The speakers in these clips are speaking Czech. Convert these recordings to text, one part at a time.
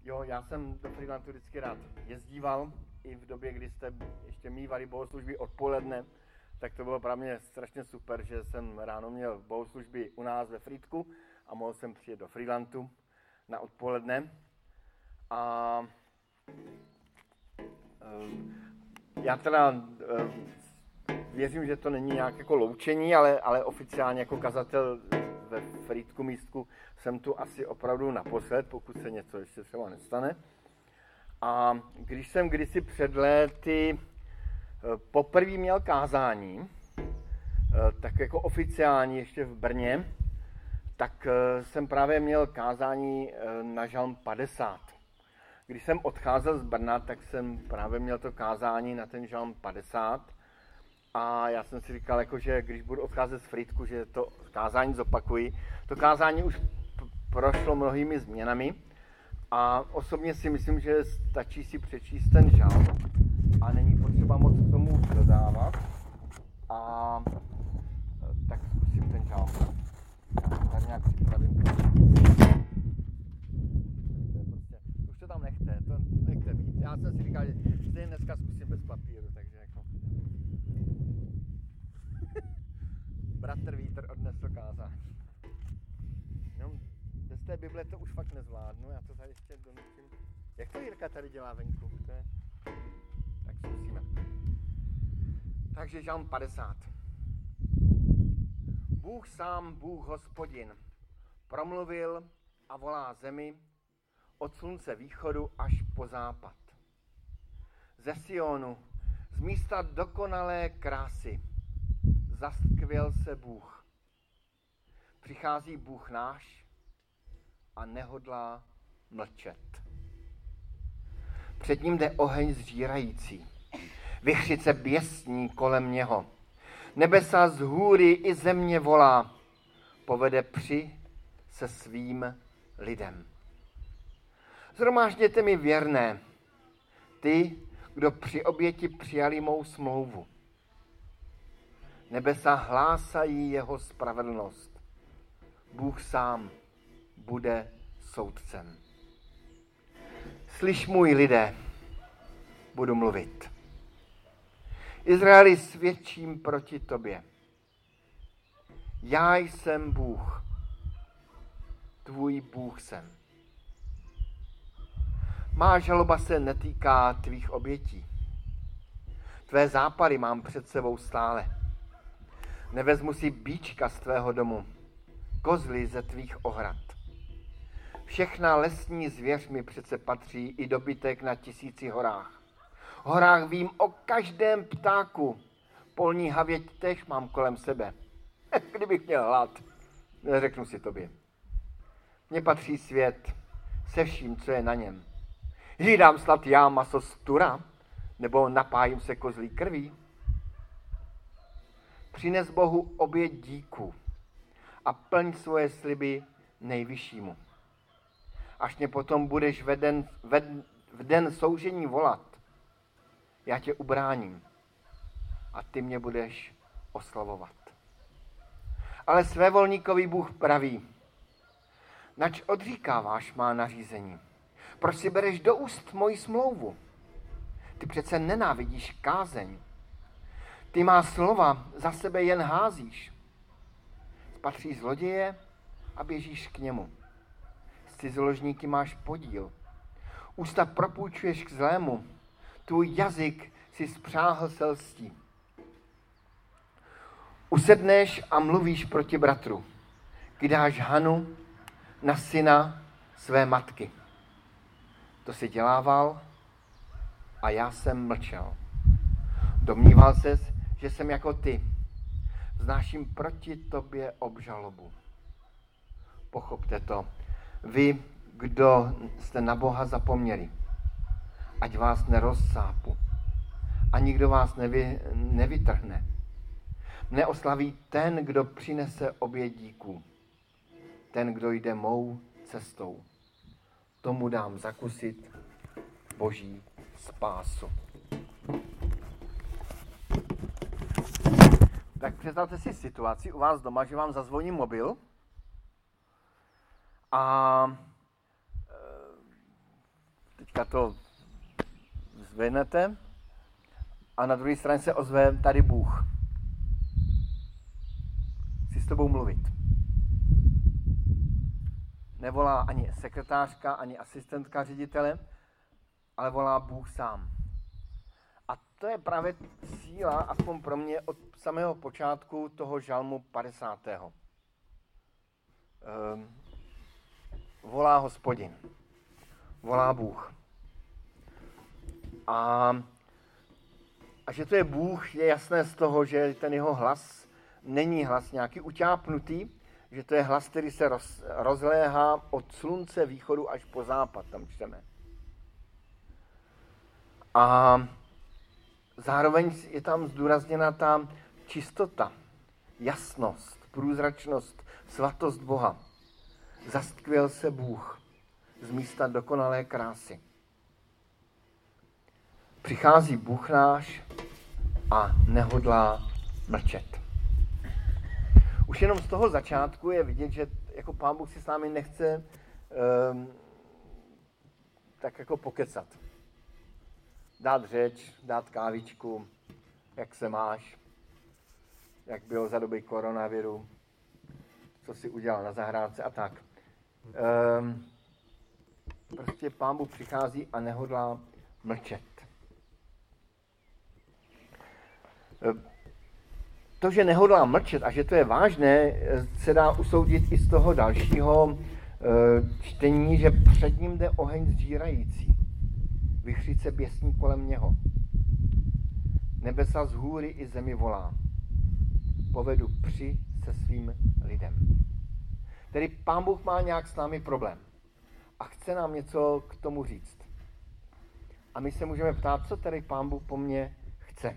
Jo, já jsem do Frýdlantu vždycky rád jezdíval, i v době, kdy jste ještě mívali bohoslužby odpoledne, tak to bylo pro mě strašně super, že jsem ráno měl bohoslužby u nás ve Frýdku a mohl jsem přijet do Frýdlantu na odpoledne. A já teda věřím, že to není nějak jako loučení, ale oficiálně jako kazatel ve Frýdku místku jsem tu asi opravdu naposled, pokud se něco ještě třeba nestane. A když jsem kdysi před léty poprvé měl kázání, tak jako oficiální ještě v Brně, tak jsem právě měl kázání na žalm 50. Když jsem odcházel z Brna, tak jsem právě měl to kázání na ten žalm 50. A já jsem si říkal, jako, že když budu odcházet z Frýdku, že to kázání zopakuji. To kázání už prošlo mnohými změnami a osobně si myslím, že stačí si přečíst ten žalm a není potřeba moc k tomu dodávat. A tak zkusím ten žalm. Já tady nějak připravím. Už to tam nechte být. Já jsem si říkal, že stejně dneska zkusím bez papíru, takže jako... Bratr Vítr odnesl kázání. No, bez té Bible to už fakt nezvládnu, já to tady ještě donutím. Jak to Jirka tady dělá venku? To je... Tak zkusíme. Takže žalm 50. Bůh sám, Bůh Hospodin, promluvil a volá zemi od slunce východu až po západ. Ze Sionu, z místa dokonalé krásy, zaskvěl se Bůh. Přichází Bůh náš a nehodlá mlčet. Před ním jde oheň zžírající. Vichřice běsní kolem něho. Nebesa z hůry i země volá. Povede při se svým lidem. Shromážděte mi věrné, ty, kdo při oběti přijali mou smlouvu. Nebesa hlásají jeho spravedlnost. Bůh sám bude soudcem. Slyš, můj lidé, budu mluvit. Izraeli, svědčím proti tobě. Já jsem Bůh, tvůj Bůh jsem. Má žaloba se netýká tvých obětí. Tvé západy mám před sebou stále. Nevezmu si býčka z tvého domu, kozly ze tvých ohrad. Všechna lesní zvěř mi přece patří i dobytek na 1000 horách. V horách vím o každém ptáku, polní havěť též mám kolem sebe. Kdybych měl hlad, neřeknu si tobě. Mně patří svět se vším, co je na něm. Hlídám snad já maso z tura, nebo napájím se kozlí krví? Přines Bohu oběť díků a plň svoje sliby nejvyššímu. Až mě potom budeš v den soužení volat, já tě ubráním a ty mě budeš oslavovat. Ale svévolníkový Bůh praví, nač odříkáváš má nařízení? Proč si bereš do úst moji smlouvu? Ty přece nenávidíš kázeň. Ty má slova za sebe jen házíš. Spatří zloděje a běžíš k němu. S cizoložníky máš podíl. Ústa propůjčuješ k zlému. Tvůj jazyk si spřáhl se lstí. Usedneš a mluvíš proti bratru. Kydáš hanu na syna své matky. To si dělával a já jsem mlčel. Domníval ses, že jsem jako ty. Vznáším proti tobě obžalobu. Pochopte to. Vy, kdo jste na Boha zapomněli, ať vás nerozsápu a nikdo vás nevytrhne. Mne oslaví ten, kdo přinese oběť díků. Ten, kdo jde mou cestou. Tomu dám zakusit Boží spásu. Tak představte si situaci u vás doma, že vám zazvoní mobil a teďka to zvednete a na druhé straně se ozve tady Bůh. Chci s tebou mluvit. Nevolá ani sekretářka, ani asistentka ředitele, ale volá Bůh sám. A to je právě síla, aspoň pro mě, od samého počátku toho žalmu 50. Volá Hospodin. Volá Bůh. A že to je Bůh, je jasné z toho, že ten jeho hlas není hlas nějaký utápnutý, že to je hlas, který se rozléhá od slunce východu až po západ, tam čteme. A zároveň je tam zdůrazněna ta čistota, jasnost, průzračnost, svatost Boha. Zastkvěl se Bůh z místa dokonalé krásy. Přichází Bůh náš a nehodlá mlčet. Už jenom z toho začátku je vidět, že jako Pán Bůh si s námi nechce tak jako pokecat. Dát řeč, dát kávičku, jak se máš, jak bylo za doby koronaviru, co si udělal na zahrádce a tak. Prostě Pán Bůh přichází a nehodlá mlčet. To, že nehodlá mlčet a že to je vážné, se dá usoudit i z toho dalšího čtení, že před ním jde oheň zžírající. Vychřít se běsní kolem něho. Nebesa z hůry i zemi volá. Povedu při se svým lidem. Tedy Pán Bůh má nějak s námi problém a chce nám něco k tomu říct. A my se můžeme ptát, co tedy Pán Bůh po mně chce.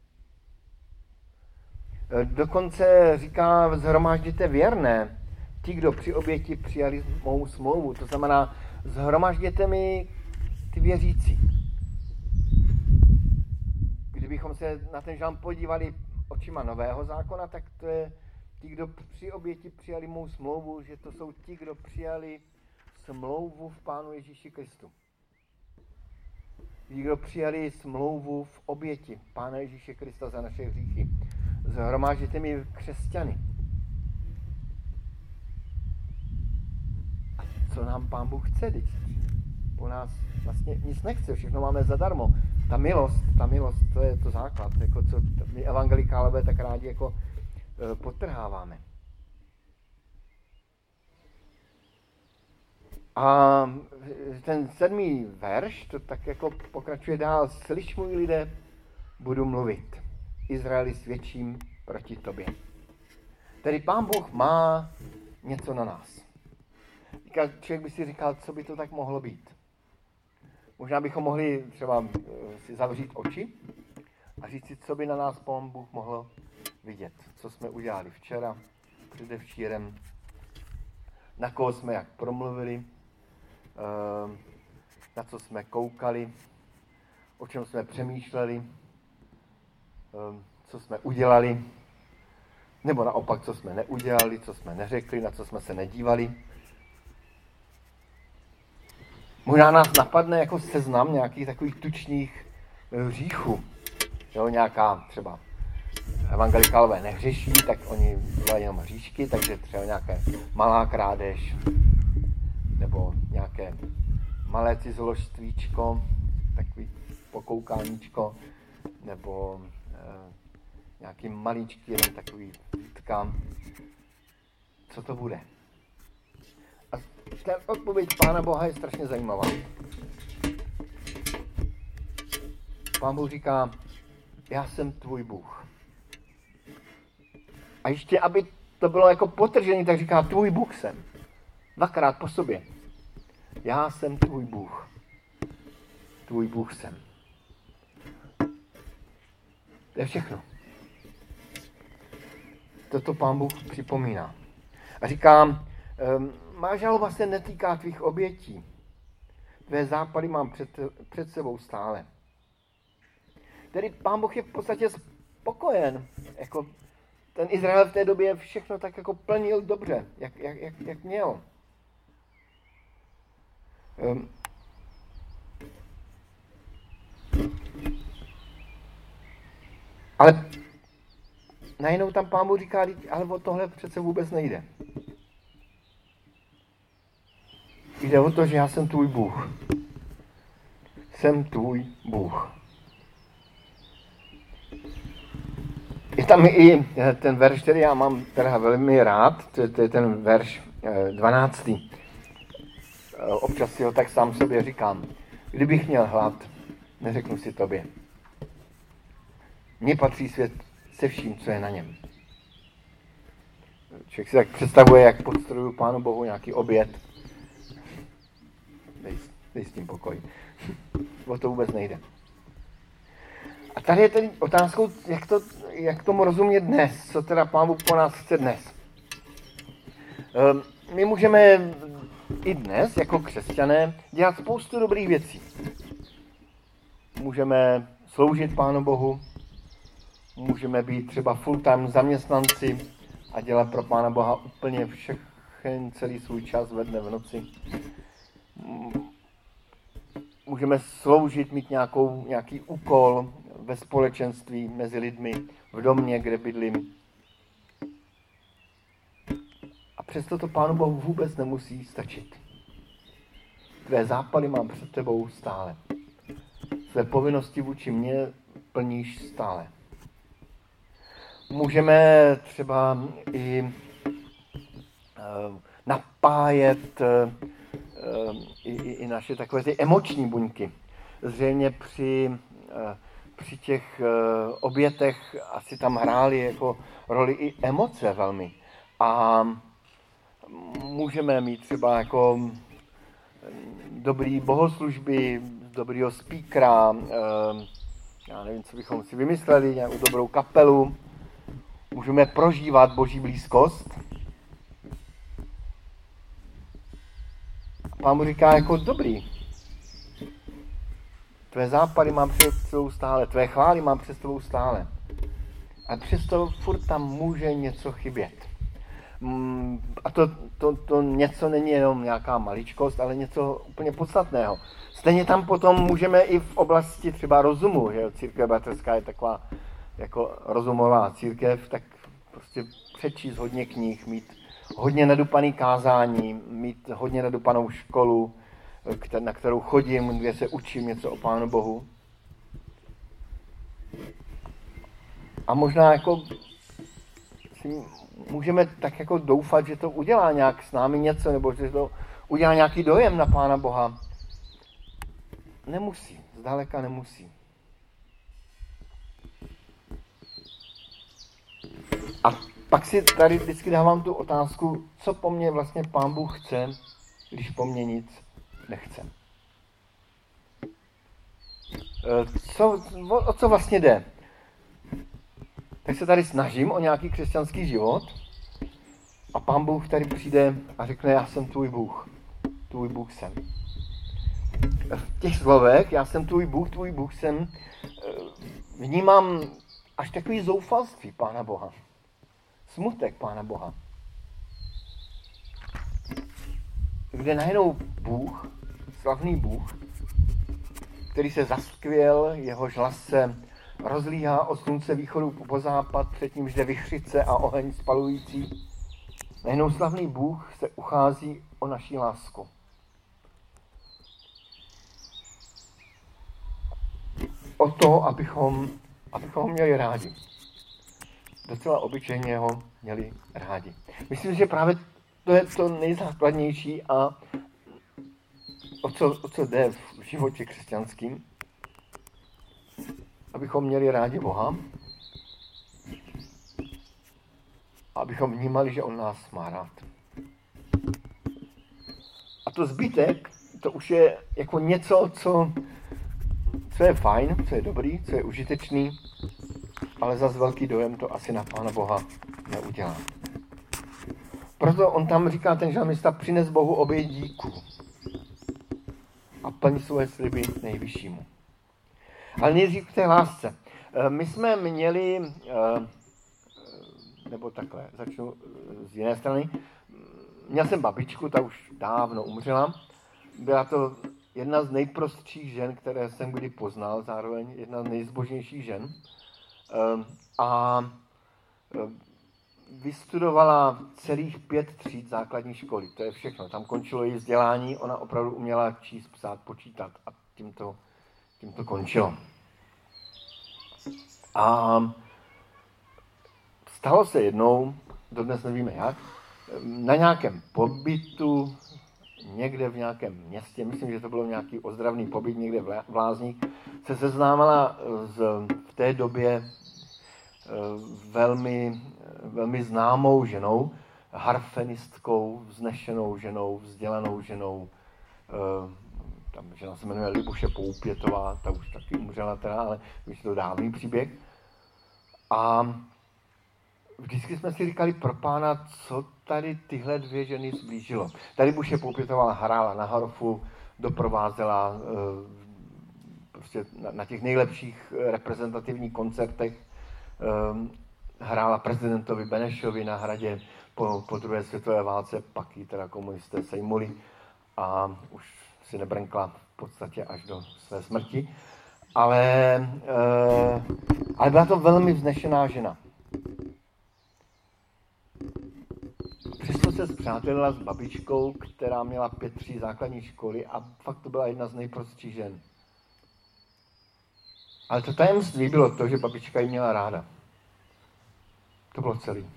Dokonce říká, shromážděte věrné, ti, kdo při oběti přijali mou smlouvu. To znamená, shromážděte mi ty věřící. Kdybychom se na ten žalm podívali očima Nového zákona, tak to je ti, kdo při oběti přijali mou smlouvu, že to jsou ti, kdo přijali smlouvu v Pánu Ježíši Kristu. Ti, kdo přijali smlouvu v oběti Pána Ježíše Krista za naše hříchy. Zhromážděte mi křesťany. A co nám Pán Bůh chce, teď? Po nás vlastně nic nechce, všechno máme zadarmo. Ta milost, to je to základ, jako co my evangelikálové tak rádi jako podtrháváme. A ten 7. verš, to tak jako pokračuje dál. Slyš, můj lidé, budu mluvit. Izraeli, svědčím proti tobě. Tedy Pán Bůh má něco na nás. Člověk by si říkal, co by to tak mohlo být. Možná bychom mohli třeba si zavřít oči a říct si, co by na nás Pán Bůh mohl vidět. Co jsme udělali včera, předevčírem, na koho jsme jak promluvili, na co jsme koukali, o čem jsme přemýšleli, co jsme udělali, nebo naopak, co jsme neudělali, co jsme neřekli, na co jsme se nedívali. Možná nás napadne jako seznam nějakých takových tučných hříchů. Jo, nějaká třeba evangelikálové nehřeší, tak oni dělají jenom hříšky, takže třeba nějaké malá krádež, nebo nějaké malé cizoložstvíčko, takový pokoukáníčko, nebo nějaký maličký, jenom takový výtka. Co to bude? A ta odpověď Pána Boha je strašně zajímavá. Pán Bůh říká, já jsem tvůj Bůh. A ještě, aby to bylo jako podtržený, tak říká, tvůj Bůh jsem. 2krát po sobě. Já jsem tvůj Bůh. Tvůj Bůh jsem. To je všechno. Toto Pán Bůh připomíná. A říká, má žaloba se netýká tvých obětí. Tvé západy mám před sebou stále. Tedy Pán Bůh je v podstatě spokojen. Jako ten Izrael v té době všechno tak jako plnil dobře, jak měl. Ale najednou tam Pán Bůh říká, ale o tohle přece vůbec nejde. Jde o to, že já jsem tvůj Bůh. Jsem tvůj Bůh. Je tam i ten verš, který já mám teda velmi rád, to je ten verš 12. Občas si ho tak sám sobě říkám. Kdybych měl hlad, neřeknu si tobě. Mně patří svět se vším, co je na něm. Člověk si tak představuje, jak postruju Pánu Bohu nějaký oběd. Dej s tím pokoj. O to vůbec nejde. A tady je tedy otázkou, jak tomu rozumět dnes, co teda Pán Bůh po nás chce dnes. My můžeme i dnes, jako křesťané, dělat spoustu dobrých věcí. Můžeme sloužit Pánu Bohu, můžeme být třeba full-time zaměstnanci a dělat pro Pána Boha úplně všechen celý svůj čas ve dne v noci. Můžeme sloužit, mít nějaký úkol ve společenství, mezi lidmi, v domě, kde bydlím. A přesto to Pánu Bohu vůbec nemusí stačit. Tvé zápaly mám před tebou stále. Své povinnosti vůči mně plníš stále. Můžeme třeba i napájet i naše takové ty emoční buňky. Zřejmě při těch obětech asi tam hrály jako roli i emoce velmi. A můžeme mít třeba jako dobrý bohoslužby, dobrýho speakera, já nevím, co bychom si vymysleli, nějakou dobrou kapelu. Můžeme prožívat Boží blízkost. A Pán mu říká jako dobrý. Tvé západy mám před tebou stále, tvé chvály mám před tebou stále. A přesto furt tam může něco chybět. A to něco není jenom nějaká maličkost, ale něco úplně podstatného. Stejně tam potom můžeme i v oblasti třeba rozumu, že církev bratrská je taková jako rozumová církev, tak prostě přečíst hodně knih, mít hodně nadupaný kázání, mít hodně nadupanou školu, na kterou chodím, kde se učím něco o Pánu Bohu. A možná jako můžeme tak jako doufat, že to udělá nějak s námi něco, nebo že to udělá nějaký dojem na Pána Boha. Nemusí, zdaleka nemusí. A pak si tady vždycky dávám tu otázku, co po mně vlastně Pán Bůh chce, když po mně nic nechce. O co vlastně jde? Tak se tady snažím o nějaký křesťanský život a Pán Bůh tady přijde a řekne, já jsem tvůj Bůh jsem. V těch slovech, já jsem tvůj Bůh jsem, vnímám až takový zoufalství Pána Boha. Smutek Pána Boha. Kde najednou Bůh, slavný Bůh, který se zaskvěl, jehož hlas se rozlíhá od slunce východu po západ, před nímž jde vichřice a oheň spalující. Najednou slavný Bůh se uchází o naši lásku. O to, abychom ho měli rádi. Docela obyčejně ho měli rádi. Myslím, že právě to je to nejzákladnější a o co jde v životě křesťanským. Abychom měli rádi Boha, a abychom vnímali, že on nás má rád. A to zbytek, to už je jako něco, co je fajn, co je dobrý, co je užitečný, ale zas velký dojem to asi na Pána Boha neudělá. Proto on tam říká, ten žalmista, přines Bohu oběť díků a plň svoje sliby nejvyššímu. Ale nejdřív k té lásce. My jsme měli, nebo takhle, začnu z jiné strany, měl jsem babičku, ta už dávno umřela. Byla to jedna z nejprostších žen, které jsem kdy poznal, zároveň jedna z nejzbožnějších žen. a vystudovala celých 5 tříd základní školy. To je všechno. Tam končilo její vzdělání, ona opravdu uměla číst, psát, počítat a tím to končilo. A stalo se jednou, dodnes nevíme jak, na nějakém pobytu, někde v nějakém městě, myslím, že to bylo nějaký ozdravný pobyt někde v Lázních, se seznámila v té době velmi známou ženou, harfenistkou, vznešenou ženou, vzdělanou ženou. Tam žena se jmenuje Libuše Poupětová, ta už taky umřela teda, ale už to dávný příběh. A vždycky jsme si říkali pro pána, co tady tyhle 2 ženy zblížilo. Tady Libuše Poupětová hrála na harfu, doprovázela prostě na těch nejlepších reprezentativních koncertech, hrála prezidentovi Benešovi na Hradě po druhé světové válce, pak ji teda komunisté sejmuli a už si nebrnkla v podstatě až do své smrti. Ale byla to velmi vznešená žena. Přesto se spřátelila s babičkou, která měla 5 tříd základní školy a fakt to byla jedna z nejprostších žen. Ale to tajemství bylo to, že babička ji měla ráda. To bylo celý.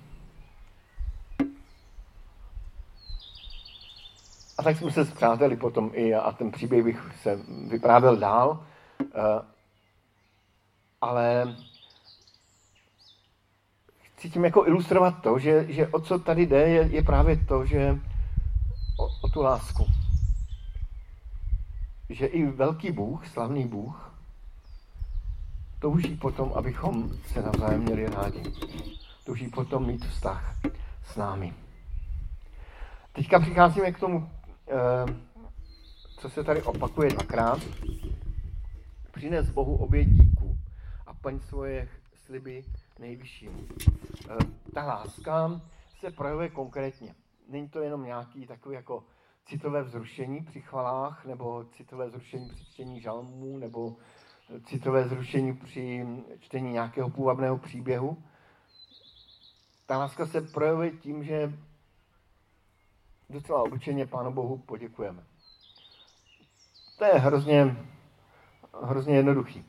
A tak jsme se spřáteli potom i a ten příběh bych se vyprávěl dál, ale chci tím jako ilustrovat to, že o co tady jde, je právě to, že o tu lásku. Že i velký Bůh, slavný Bůh, touží potom, abychom se navzájem měli rádi. Touží potom mít vztah s námi. Teďka přicházíme k tomu, co se tady opakuje 2krát. Přines Bohu oběť díků a plň svoje sliby nejvyššímu. Ta láska se projevuje konkrétně. Není to jenom nějaký takový jako citové vzrušení při chvalách, nebo citové vzrušení při čtení žalmů, nebo citové vzrušení při čtení nějakého půvabného příběhu. Ta láska se projevuje tím, že docela obyčejně Pánu Bohu poděkujeme. To je hrozně jednoduchý.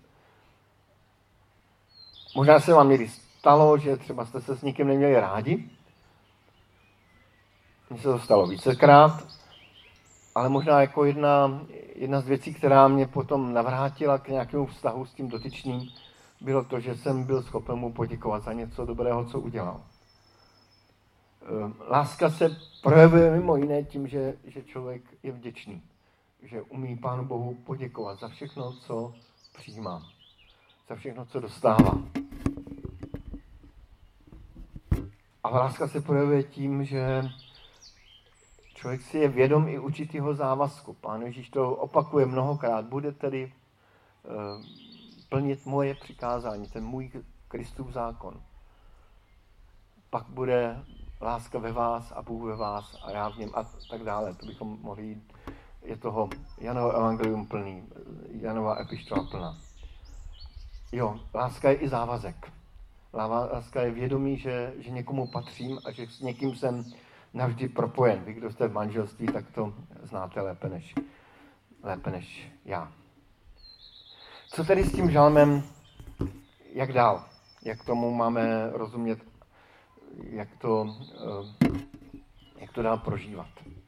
Možná se vám někdy stalo, že třeba jste se s někým neměli rádi. Mně se to stalo vícekrát, ale možná jako jedna z věcí, která mě potom navrátila k nějakému vztahu s tím dotyčným, bylo to, že jsem byl schopen mu poděkovat za něco dobrého, co udělal. Láska se projevuje mimo jiné tím, že člověk je vděčný, že umí Pánu Bohu poděkovat za všechno, co přijímá, za všechno, co dostává. A láska se projevuje tím, že člověk si je vědom i určitého závazku. Pán Ježíš to opakuje mnohokrát. Bude tedy plnit moje přikázání, ten můj Kristův zákon. Pak bude láska ve vás a Bůh ve vás a já v něm a tak dále. To bychom mohli jít. Je toho Janovo evangelium plný, Janova epištola plná. Jo, láska je i závazek. Láska je vědomí, že někomu patřím a že s někým jsem navždy propojen. Vy, kdo jste v manželství, tak to znáte lépe než já. Co tedy s tím žalmem, jak dál? Jak tomu máme rozumět, jak to dál prožívat?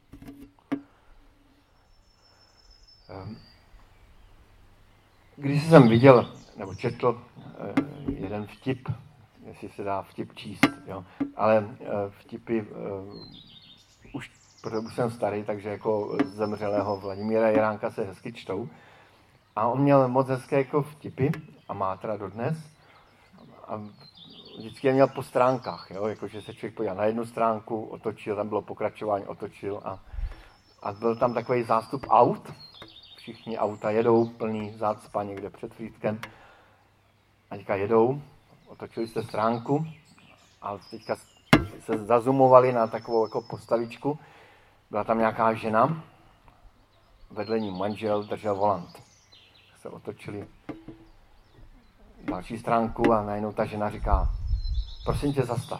Když jsem viděl, nebo četl jeden vtip, jestli se dá vtip číst, jo, ale vtipy už jsem starý, takže jako zemřelého Vladimíra Jiránka se hezky čtou. A on měl moc hezké jako vtipy a má teda dodnes. A vždycky je měl po stránkách, jo, jakože se člověk podíval na jednu stránku, otočil, tam bylo pokračování, otočil a byl tam takový zástup aut. Všichni auta jedou, plný zácpa někde před Frýdkem. A teďka jedou, otočili jste stránku a teďka se zazumovali na takovou jako postavičku. Byla tam nějaká žena, vedle ní manžel držel volant. Se otočili. další stránku a najednou ta žena říká, prosím tě, zastav.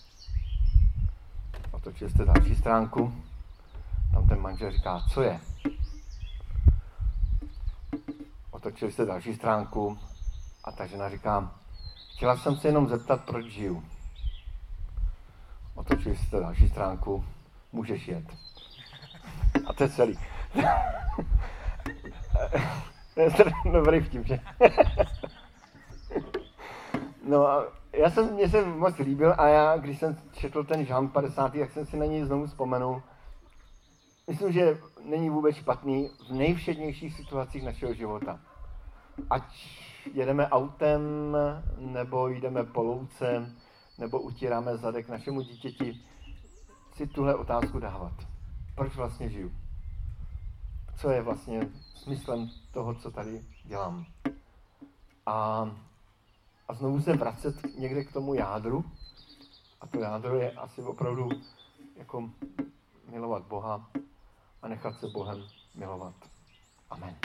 Otočili jste další stránku, tam ten manžel říká, co je? Otočili jste další stránku a ta žena říká, chtěla jsem se jenom zeptat, proč žiju. Otočili jste další stránku, můžeš jet. A to je celý. Dobrý vtip, že? No a mně se moc líbil a já, když jsem četl ten žalm 50, jak jsem si na něj znovu vzpomenul, myslím, že není vůbec špatný v nejvšednějších situacích našeho života. Ať jedeme autem, nebo jdeme po louce, nebo utíráme zadek našemu dítěti, si tuhle otázku dávat. Proč vlastně žiju? Co je vlastně smyslem toho, co tady dělám? A znovu se vracet někde k tomu jádru. A to jádro je asi opravdu jako milovat Boha a nechat se Bohem milovat. Amen.